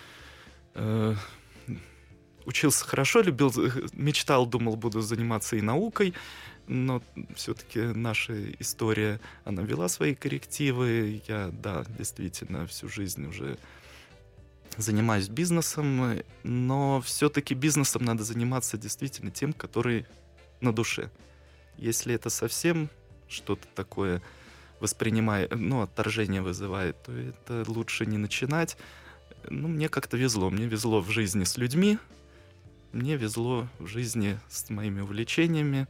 э, учился хорошо, любил, мечтал, думал, буду заниматься и наукой, но все-таки наша история, она вела свои коррективы. Я, да, действительно, всю жизнь уже занимаюсь бизнесом, но все-таки бизнесом надо заниматься действительно тем, который на душе. Если это совсем что-то такое воспринимая, ну, отторжение вызывает, то это лучше не начинать. Ну, мне как-то везло. Мне везло в жизни с людьми, мне везло в жизни с моими увлечениями,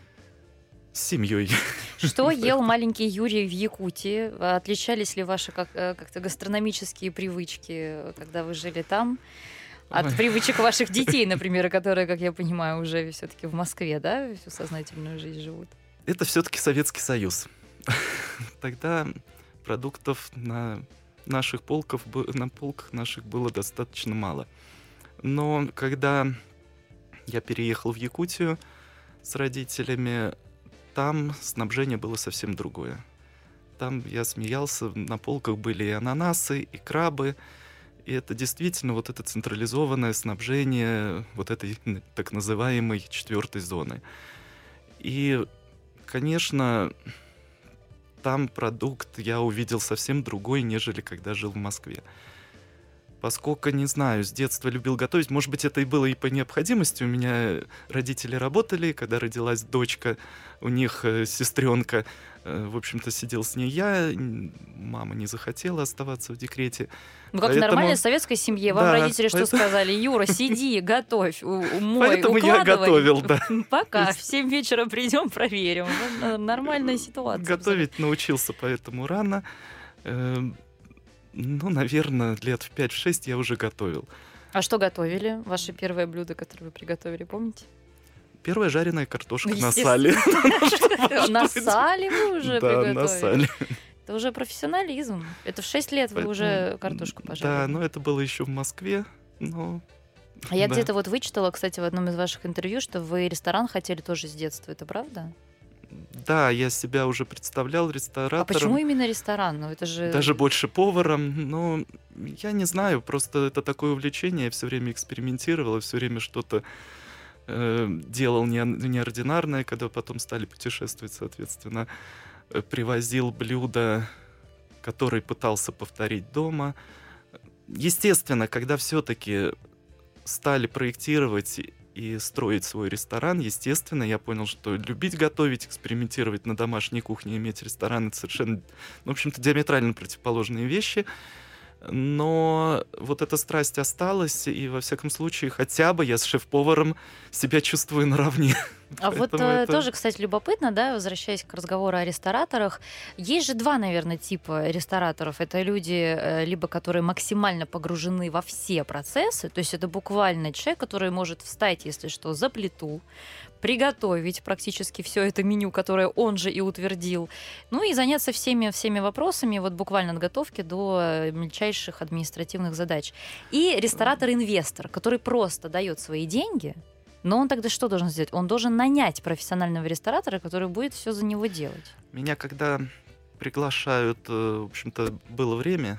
с семьей. Что ел маленький Юрий в Якутии? Отличались ли ваши как- э, как-то гастрономические привычки, когда вы жили там, от Ой. привычек ваших детей, например, которые, как я понимаю, уже все-таки в Москве, да, всю сознательную жизнь живут? Это все-таки Советский Союз. Тогда продуктов на наших полках, бы- на полках наших было достаточно мало. Но когда я переехал в Якутию с родителями, там снабжение было совсем другое. там я смеялся, на полках были и ананасы, и крабы. И это действительно вот это централизованное снабжение вот этой так называемой четвертой зоны. И, конечно, там продукт я увидел совсем другой, нежели когда жил в Москве. Поскольку, не знаю, с детства любил готовить, может быть, это и было и по необходимости. У меня родители работали, когда родилась дочка, у них э, сестренка, э, в общем-то, сидел с ней я, мама не захотела оставаться в декрете. Ну, как Поэтому... в нормальной советской семье. Вам Да, родители что поэтому- сказали? Юра, сиди, готовь, у- мой, Поэтому я укладывай. готовил, да. Пока, в семь вечера придем, проверим. Ну, нормальная ситуация. Готовить научился поэтому рано. Э, Ну, наверное, лет в пять-шесть я уже готовил. А что готовили? Ваше первое блюдо, которое вы приготовили, помните? Первая жареная картошка Ну, на сале. На сале вы уже Да, приготовили? на сале. Это уже профессионализм. Это в шесть лет вы Поэтому- уже картошку Да, пожарили. но это было еще в Москве. Но А я да. где-то вот вычитала, кстати, в одном из ваших интервью, что вы ресторан хотели тоже с детства. Это правда? Да, я себя уже представлял ресторатором. А почему именно ресторан? Ну, это же... Даже больше поваром. Но я не знаю, просто это такое увлечение. Я все время экспериментировал, все время что-то э, делал не- неординарное, когда потом стали путешествовать, соответственно, э, привозил блюда, которые пытался повторить дома. Естественно, когда все-таки стали проектировать и- и строить свой ресторан, естественно, я понял, что любить готовить, экспериментировать на домашней кухне, иметь ресторан — это совершенно, ну, в общем-то, диаметрально противоположные вещи. Но вот эта страсть осталась, и, во всяком случае, хотя бы я с шеф-поваром себя чувствую наравне. А вот Поэтому э, это- тоже, кстати, любопытно, да, возвращаясь к разговору о рестораторах, есть же два, наверное, типа рестораторов. Это люди, э, либо которые максимально погружены во все процессы, то есть это буквально человек, который может встать, если что, за плиту, приготовить практически все это меню, которое он же и утвердил, ну и заняться всеми, всеми вопросами, вот буквально от готовки до э, мельчайших административных задач. И ресторатор-инвестор, который просто дает свои деньги, но он тогда что должен сделать? Он должен нанять профессионального ресторатора, который будет все за него делать. Меня когда приглашают, э, в общем-то, было время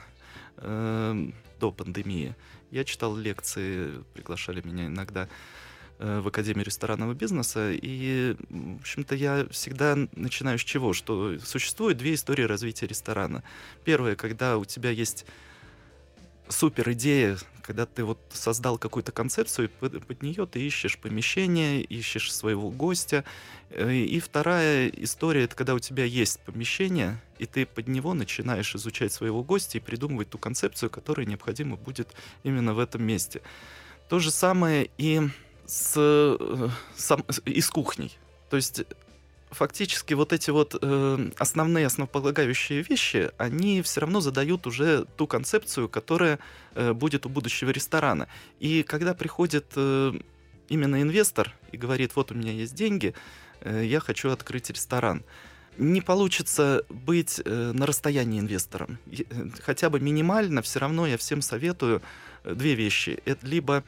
э, до пандемии, я читал лекции, приглашали меня иногда э, в Академию ресторанного бизнеса, и, в общем-то, я всегда начинаю с чего? Что существует две истории развития ресторана. Первая, когда у тебя есть супер идея, когда ты вот создал какую-то концепцию, и под, под нее ты ищешь помещение, ищешь своего гостя. Э, И вторая история — это когда у тебя есть помещение, и ты под него начинаешь изучать своего гостя и придумывать ту концепцию, которая необходима будет именно в этом месте. То же самое и с, э, сам- с- и с кухней. То есть фактически вот эти вот э, основные основополагающие вещи, они все равно задают уже ту концепцию, которая э, будет у будущего ресторана. И когда приходит э, именно инвестор и говорит: вот у меня есть деньги, э, я хочу открыть ресторан, не получится быть э, на расстоянии инвестором. Е- э, Хотя бы минимально, все равно я всем советую э, две вещи. Это либо,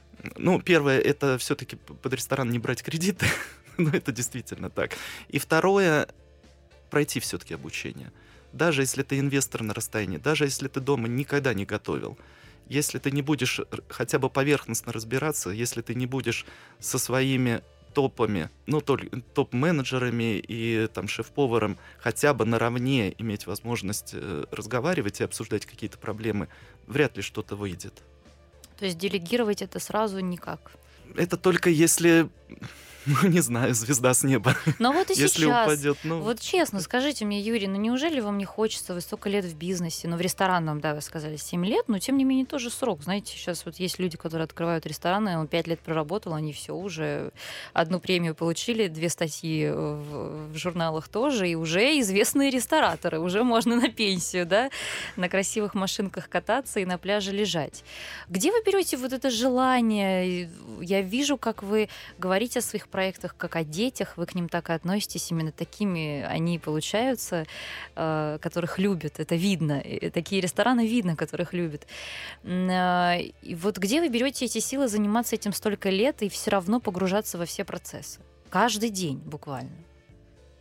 ну, первое, это все-таки под ресторан не брать кредиты. Ну, это действительно так. И второе, пройти все-таки обучение. Даже если ты инвестор на расстоянии, даже если ты дома никогда не готовил, если ты не будешь р- хотя бы поверхностно разбираться, если ты не будешь со своими топами, ну, толь- топ-менеджерами и там шеф-поваром хотя бы наравне иметь возможность э, разговаривать и обсуждать какие-то проблемы, вряд ли что-то выйдет. То есть делегировать это сразу никак. Это только если, ну, не знаю, звезда с неба. Но вот и Если сейчас... упадет, ну... Вот честно, скажите мне, Юрий, ну неужели вам не хочется, вы столько лет в бизнесе, ну в ресторанном, да, вы сказали, семь лет, но тем не менее тоже срок. Знаете, сейчас вот есть люди, которые открывают рестораны, он пять лет проработал, они все уже одну премию получили, две статьи в, в журналах тоже, и уже известные рестораторы, уже можно на пенсию, да, на красивых машинках кататься и на пляже лежать. Где вы берете вот это желание? Я вижу, как вы говорите о своих проектах, как о детях, вы к ним так и относитесь, именно такими они получаются, э, которых любят, это видно, и такие рестораны видно, которых любят. М, э, И вот где вы берете эти силы заниматься этим столько лет и все равно погружаться во все процессы? Каждый день буквально.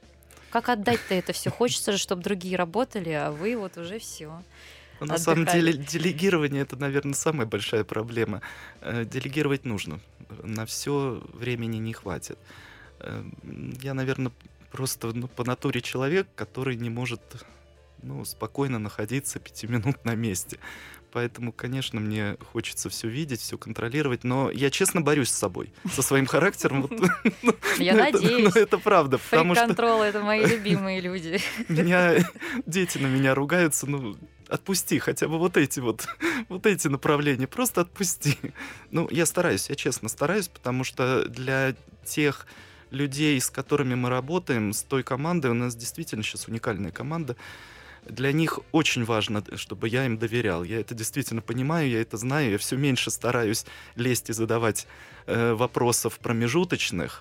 Как отдать-то это все? Хочется же, чтобы другие работали, а вы вот уже все. Но на самом деле делегирование — это, наверное, самая большая проблема. Э, Делегировать нужно. На все времени не хватит. Э, Я, наверное, просто ну, по натуре человек, который не может ну, спокойно находиться пяти минут на месте. Поэтому, конечно, мне хочется все видеть, все контролировать, но я честно борюсь с собой, со своим характером. Вот, ну, Я ну, это- надеюсь. ну, это правда, потому что Фрик-контрол — это мои любимые люди. меня дети на меня ругаются, ну, отпусти хотя бы вот эти вот, вот эти направления, просто отпусти. Ну, я стараюсь, я честно стараюсь, потому что для тех людей, с которыми мы работаем, с той командой, у нас действительно сейчас уникальная команда, для них очень важно, чтобы я им доверял. Я это действительно понимаю, я это знаю, я все меньше стараюсь лезть и задавать э, вопросов промежуточных,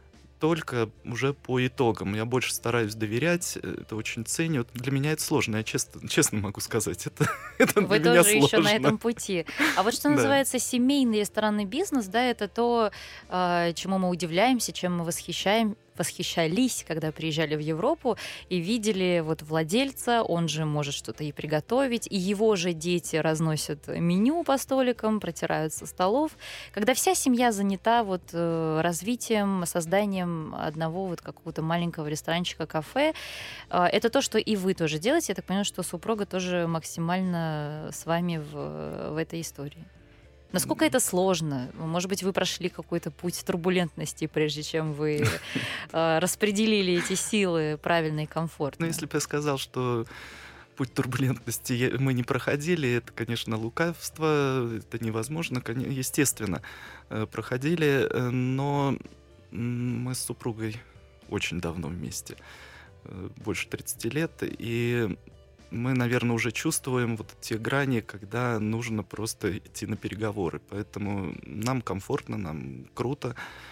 только уже по итогам. Я больше стараюсь доверять, это очень ценю. Для меня это сложно, я честно, честно могу сказать. Это, это Вы для меня тоже еще на сложно. этом пути. А вот что Да. называется семейный ресторанный бизнес, да, это то, а, чему мы удивляемся, чем мы восхищаем, восхищались, когда приезжали в Европу и видели вот владельца, он же может что-то и приготовить, и его же дети разносят меню по столикам, протирают со столов. Когда вся семья занята вот э, развитием, созданием одного вот какого-то маленького ресторанчика, кафе, э, это то, что и вы тоже делаете. Я так понимаю, что супруга тоже максимально с вами в, в этой истории. Насколько это сложно? Может быть, вы прошли какой-то путь турбулентности, прежде чем вы э, распределили эти силы правильно и комфортно? Ну, если бы я сказал, что путь турбулентности я- мы не проходили, это, конечно, лукавство, это невозможно, коне- естественно, э, проходили, э, но м, мы с супругой очень давно вместе, э, больше тридцати лет, и мы, наверное, уже чувствуем вот те грани, когда нужно просто идти на переговоры. Поэтому нам комфортно, нам круто.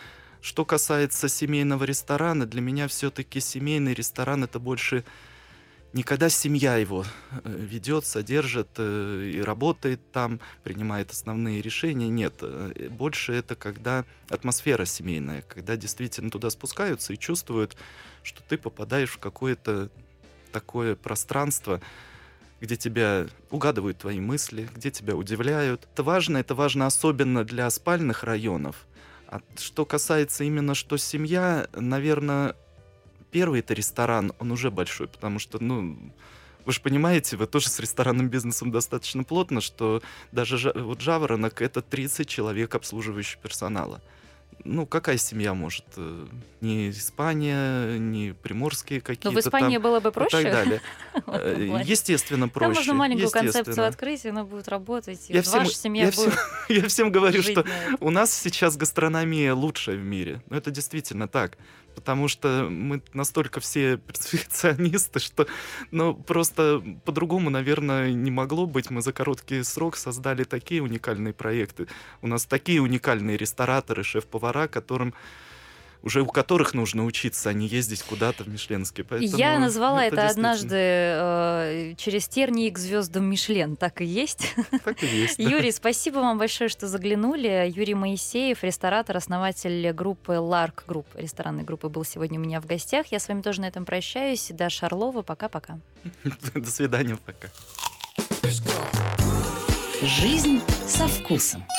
Что касается семейного ресторана, для меня все-таки семейный ресторан — это больше не когда семья его э, ведет, содержит э, и работает там, принимает основные решения. Нет, э, больше это когда атмосфера семейная, когда действительно туда спускаются и чувствуют, что ты попадаешь в какое-то такое пространство, где тебя угадывают твои мысли, где тебя удивляют. Это важно, это важно особенно для спальных районов. А что касается именно что семья, наверное, первый это ресторан, он уже большой, потому что, ну, вы же понимаете, вы тоже с ресторанным бизнесом достаточно плотно, что даже жа- вот «Жаворонок» — это тридцать человек обслуживающего персонала. Ну, какая семья может? э, Ни Испания, ни приморские Но какие-то в Испании там было бы и так проще. далее. в этом Э, плане. Естественно, Там проще. можно маленькую концепцию естественно. открыть, и она будет работать, и Я вот всем, ваша семья я, всем, будет я всем говорю, жить что на этом. у нас сейчас гастрономия лучшая в мире. Но это действительно так. Потому что мы настолько все перфекционисты, что ну, просто по-другому, наверное, не могло быть. Мы за короткий срок создали такие уникальные проекты. У нас такие уникальные рестораторы, шеф-повара, которым уже у которых нужно учиться, а не ездить куда-то в мишленские. Поэтому Я назвала это, действительно однажды э, через тернии к звездам Мишлен. Так и есть. Так и есть. да. Юрий, спасибо вам большое, что заглянули. Юрий Моисеев, ресторатор, основатель группы Lark Group, ресторанной группы, был сегодня у меня в гостях. Я с вами тоже на этом прощаюсь. Даша Орлова, пока-пока. До свидания, пока. Жизнь со вкусом.